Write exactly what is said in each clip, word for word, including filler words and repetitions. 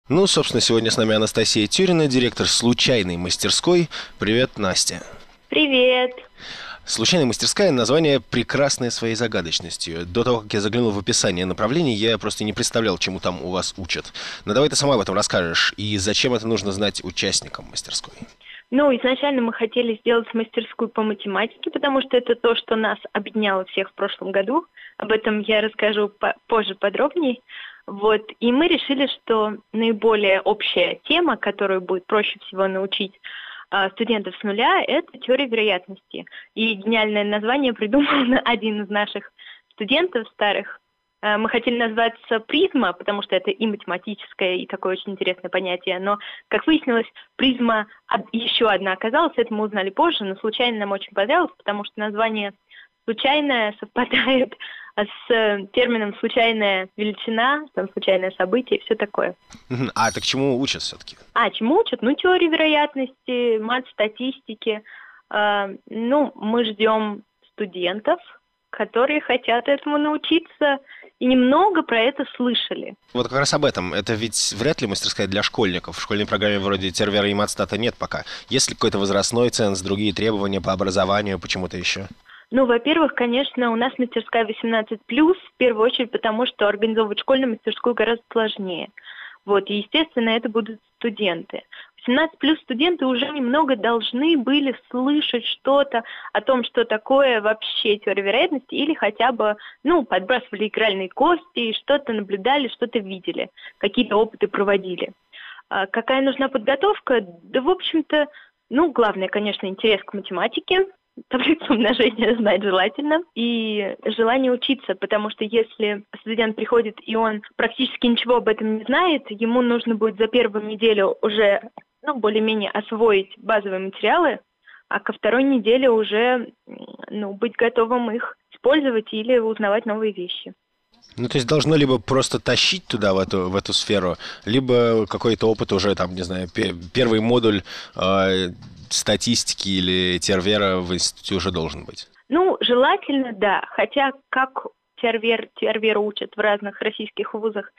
Ну, собственно, сегодня с нами Анастасия Тюрина, директор случайной мастерской. Привет, Настя. Привет. Случайная мастерская — название прекрасное своей загадочностью. До того, как я заглянул в описание направлений, я просто не представлял, чему там у вас учат. Но давай ты сама об этом расскажешь. И зачем это нужно знать участникам мастерской? Ну, изначально мы хотели сделать мастерскую по математике, потому что это то, что нас объединяло всех в прошлом году. Об этом я расскажу по- позже подробнее. Вот. И мы решили, что наиболее общая тема, которую будет проще всего научить а, студентов с нуля, это теория вероятности. И гениальное название придумал один из наших студентов старых. Э, Мы хотели назваться призма, потому что это и математическое, и такое очень интересное понятие. Но, как выяснилось, призма од- еще одна оказалась, это мы узнали позже, но случайно нам очень понравилось, потому что название случайное совпадает с э, термином случайная величина, там, случайное событие и все такое. Мгм. А, так чему учат все-таки? А, чему учат? Ну, теории вероятности, мат статистики. Э, ну, мы ждем студентов, которые хотят этому научиться и немного про это слышали. Вот как раз об этом. Это ведь вряд ли мастерская для школьников. В школьной программе вроде Тервера и Матстата нет пока. Есть ли какой-то возрастной ценз, другие требования по образованию, почему-то еще? Ну, во-первых, конечно, у нас мастерская восемнадцать плюс, в первую очередь потому, что организовывать школьную мастерскую гораздо сложнее. Вот, и, естественно, это будут студенты. восемнадцать плюс студенты уже немного должны были слышать что-то о том, что такое вообще теория вероятности, или хотя бы, ну, подбрасывали игральные кости, и что-то наблюдали, что-то видели, какие-то опыты проводили. А какая нужна подготовка? Да, в общем-то, ну, главное, конечно, интерес к математике, таблицу умножения знать желательно, и желание учиться, потому что если студент приходит, и он практически ничего об этом не знает, ему нужно будет за первую неделю уже, ну, более-менее освоить базовые материалы, а ко второй неделе уже, м, ну, быть готовым их использовать или узнавать новые вещи. Ну, то есть должно либо просто тащить туда, в эту, в эту сферу, либо какой-то опыт уже, там, не знаю, пе- первый модуль э, статистики или тервера в институте уже должен быть. Ну, желательно, да. Хотя как тервер, тервер учат в разных российских вузах,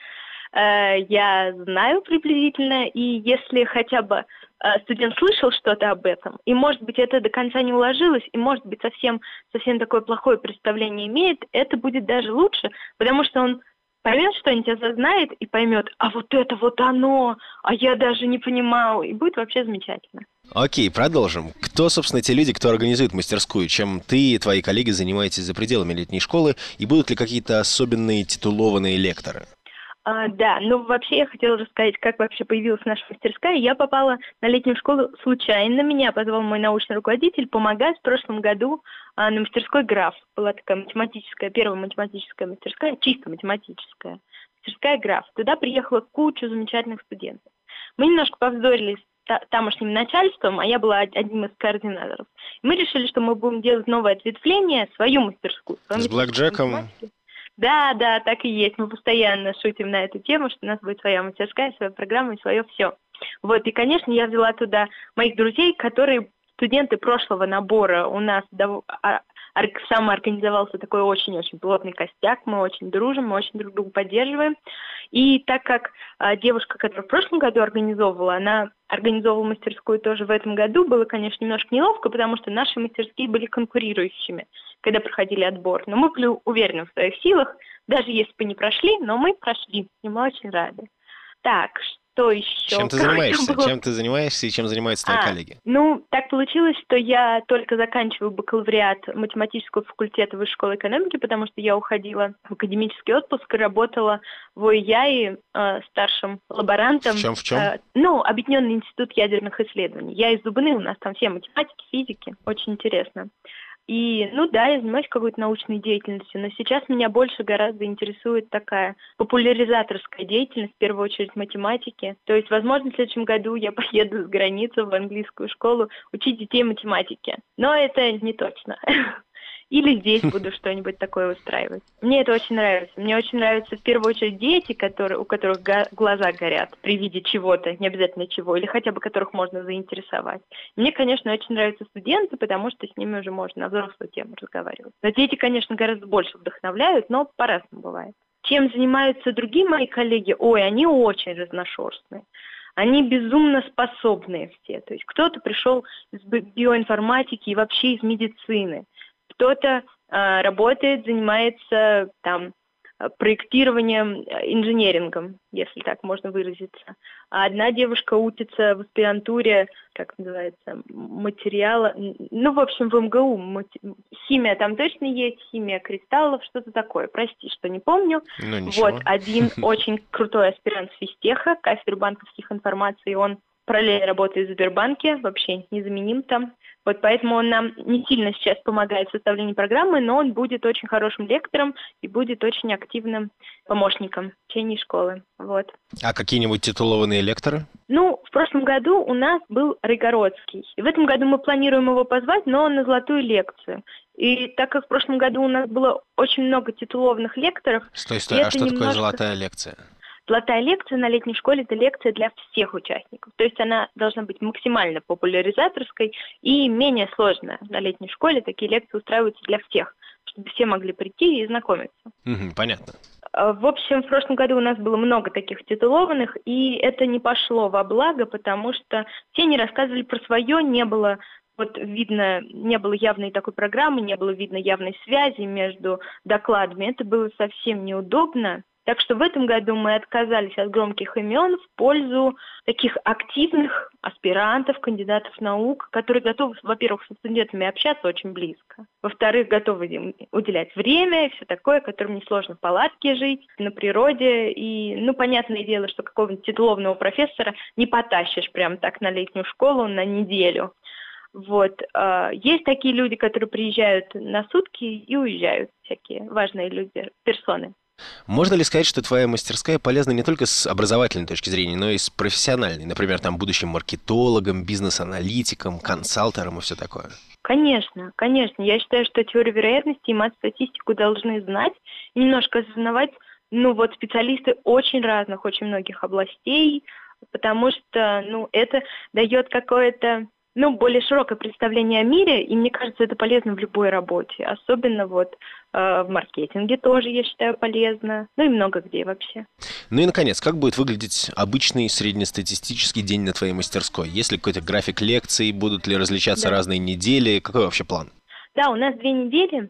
э, я знаю приблизительно. И если хотя бы э, студент слышал что-то об этом, и, может быть, это до конца не уложилось, и, может быть, совсем, совсем такое плохое представление имеет, это будет даже лучше, потому что он поймет что-нибудь, осознает и поймет, а вот это вот оно, а я даже не понимал, и будет вообще замечательно. Окей, продолжим. Кто, собственно, те люди, кто организует мастерскую? Чем ты и твои коллеги занимаетесь за пределами летней школы? И будут ли какие-то особенные титулованные лекторы? А, да, ну вообще я хотела рассказать, как вообще появилась наша мастерская. Я попала на летнюю школу случайно. Меня позвал мой научный руководитель помогать в прошлом году а, на мастерской «Граф». Была такая математическая, первая математическая мастерская, чисто математическая. Мастерская «Граф». Туда приехала куча замечательных студентов. Мы немножко повздорили с та- тамошним начальством, а я была од- одним из координаторов. Мы решили, что мы будем делать новое ответвление, свою мастерскую, свою С мастерскую по блэкджеком? математике. Да, да, так и есть. Мы постоянно шутим на эту тему, что у нас будет своя мастерская, своя программа и свое все. Вот, и, конечно, я взяла туда моих друзей, которые студенты прошлого набора. У нас дов- а- ор- самоорганизовался такой очень-очень плотный костяк. Мы очень дружим, мы очень друг друга поддерживаем. И так как а, девушка, которая в прошлом году организовывала, она организовывала мастерскую тоже в этом году, было, конечно, немножко неловко, потому что наши мастерские были конкурирующими, когда проходили отбор. Но мы были уверены в своих силах, даже если бы не прошли, но мы прошли, и мы очень рады. Так, что Чем еще? ты Как там занимаешься? было? Чем ты занимаешься и чем занимаются твои А, коллеги? ну, так получилось, что я только заканчиваю бакалавриат математического факультета Высшей школы экономики, потому что я уходила в академический отпуск и работала в ОИЯИ э, старшим В лаборантом, чем, в чем? э, ну, Объединенный институт ядерных исследований. Я из Дубны, у нас там все математики, физики, очень интересно. И, ну да, я занимаюсь какой-то научной деятельностью, но сейчас меня больше гораздо интересует такая популяризаторская деятельность, в первую очередь математики. То есть, возможно, в следующем году я поеду за границу в английскую школу учить детей математике. Но это не точно. Или здесь буду что-нибудь такое устраивать. Мне это очень нравится. Мне очень нравятся в первую очередь дети, которые, у которых га- глаза горят при виде чего-то, не обязательно чего, или хотя бы которых можно заинтересовать. Мне, конечно, очень нравятся студенты, потому что с ними уже можно на взрослую тему разговаривать. Но дети, конечно, гораздо больше вдохновляют, но по-разному бывает. чем занимаются другие мои коллеги, ой, они очень разношерстные. Они безумно способные все. То есть кто-то пришел из биоинформатики и вообще из медицины, кто-то э, работает, занимается там проектированием, инженерингом, если так можно выразиться. А одна девушка учится в аспирантуре, как называется, материала, ну, в общем, в МГУ, мати... химия там точно есть, химия кристаллов, что-то такое, прости, что не помню. Ну, ничего. Вот, один очень крутой аспирант с физтеха, кафедры банковских информаций, он параллельно работает в Сбербанке, вообще незаменим там. Вот поэтому он нам не сильно сейчас помогает в составлении программы, но он будет очень хорошим лектором и будет очень активным помощником в течение школы. Вот. А какие-нибудь титулованные лекторы? Ну, в прошлом году у нас был Рыгородский. И в этом году мы планируем его позвать, но на золотую лекцию. И так как в прошлом году у нас было очень много титулованных лекторов... Стой, стой, а что немножко... такое золотая лекция? Золотая лекция на летней школе – это лекция для всех участников. То есть она должна быть максимально популяризаторской и менее сложная. На летней школе такие лекции устраиваются для всех, чтобы все могли прийти и знакомиться. Угу, понятно. В общем, в прошлом году у нас было много таких титулованных, и это не пошло во благо, потому что все не рассказывали про свое, не было... Вот видно, не было явной такой программы, не было видно явной связи между докладами. Это было совсем неудобно. Так что в этом году мы отказались от громких имен в пользу таких активных аспирантов, кандидатов наук, которые готовы, во-первых, со студентами общаться очень близко, во-вторых, готовы им уделять время и все такое, которым несложно в палатке жить, на природе. И, ну, понятное дело, что какого-нибудь титулованного профессора не потащишь прям так на летнюю школу на неделю. Вот. Есть такие люди, которые приезжают на сутки и уезжают, всякие важные люди, персоны. Можно ли сказать, что твоя мастерская полезна не только с образовательной точки зрения, но и с профессиональной? Например, там будущим маркетологом, бизнес-аналитиком, консалтером и все такое? Конечно, конечно. Я считаю, что теорию вероятности и мат-статистику должны знать и немножко осознавать, ну вот, специалисты очень разных, очень многих областей, потому что, ну, это дает какое-то... ну, более широкое представление о мире, и мне кажется, это полезно в любой работе. Особенно вот э, в маркетинге тоже, я считаю, полезно. Ну и много где вообще. Ну и, наконец, как будет выглядеть обычный среднестатистический день на твоей мастерской? Есть ли какой-то график лекций? Будут ли различаться Да. разные недели? Какой вообще план? Да, у нас две недели,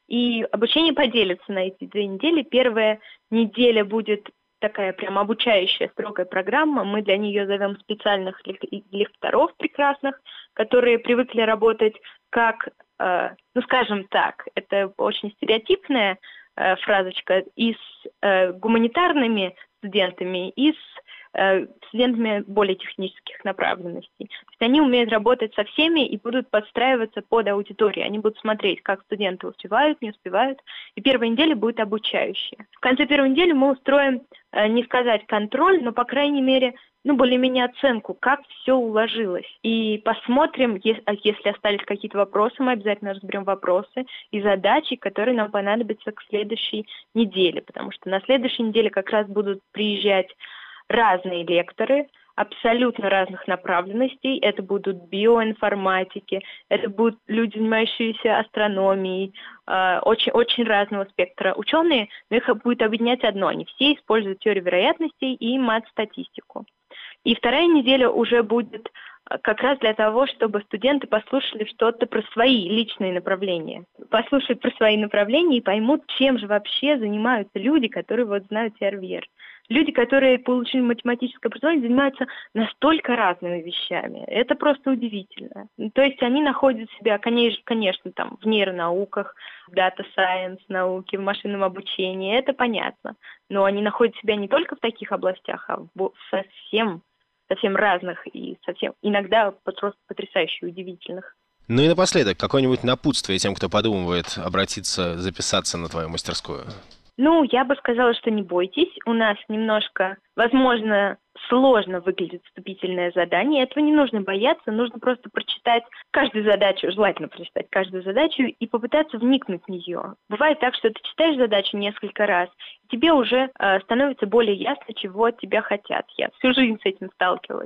и обучение поделится на эти две недели. Первая неделя будет такая прям обучающая, строгая программа. Мы для нее зовем специальных лекторов прекрасных, которые привыкли работать как, э, ну скажем так, это очень стереотипная э, фразочка, и с э, гуманитарными студентами, и с э, студентами более технических направленностей. То есть они умеют работать со всеми и будут подстраиваться под аудиторию. Они будут смотреть, как студенты успевают, не успевают. И первая неделя будет обучающая. В конце первой недели мы устроим, э, не сказать контроль, но, по крайней мере, ну, более-менее оценку, как все уложилось. И посмотрим, если, если остались какие-то вопросы, мы обязательно разберем вопросы и задачи, которые нам понадобятся к следующей неделе. Потому что на следующей неделе как раз будут приезжать разные лекторы, абсолютно разных направленностей. Это будут биоинформатики, это будут люди, занимающиеся астрономией, э, очень, очень разного спектра ученые, но их будет объединять одно. Они все используют теорию вероятностей и мат-статистику. И вторая неделя уже будет как раз для того, чтобы студенты послушали что-то про свои личные направления. Послушают про свои направления и поймут, чем же вообще занимаются люди, которые вот знают эр ви эр. Люди, которые получили математическое образование, занимаются настолько разными вещами. Это просто удивительно. То есть они находят себя, конечно, конечно там, в нейронауках, в дата сайенс науке, в машинном обучении, это понятно. Но они находят себя не только в таких областях, а в совсем, совсем разных и совсем иногда просто потрясающе удивительных. Ну и напоследок, какое-нибудь напутствие тем, кто подумывает обратиться, записаться на твою мастерскую? Ну, я бы сказала, что не бойтесь. У нас немножко, возможно, сложно выглядит вступительное задание. Этого не нужно бояться, нужно просто прочитать каждую задачу, желательно прочитать каждую задачу и попытаться вникнуть в нее. Бывает так, что ты читаешь задачу несколько раз, и тебе уже э, становится более ясно, чего от тебя хотят. Я всю жизнь с этим сталкивалась.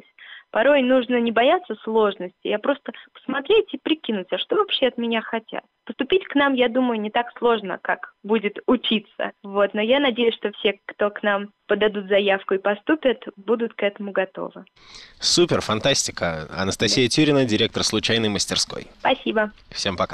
Порой нужно не бояться сложностей, а просто посмотреть и прикинуть, а что вообще от меня хотят. Поступить к нам, я думаю, не так сложно, как будет учиться. Вот. Но я надеюсь, что все, кто к нам подадут заявку и поступят, будут к этому готовы. Супер, фантастика. Анастасия Тюрина, директор случайной мастерской. Спасибо. Всем пока.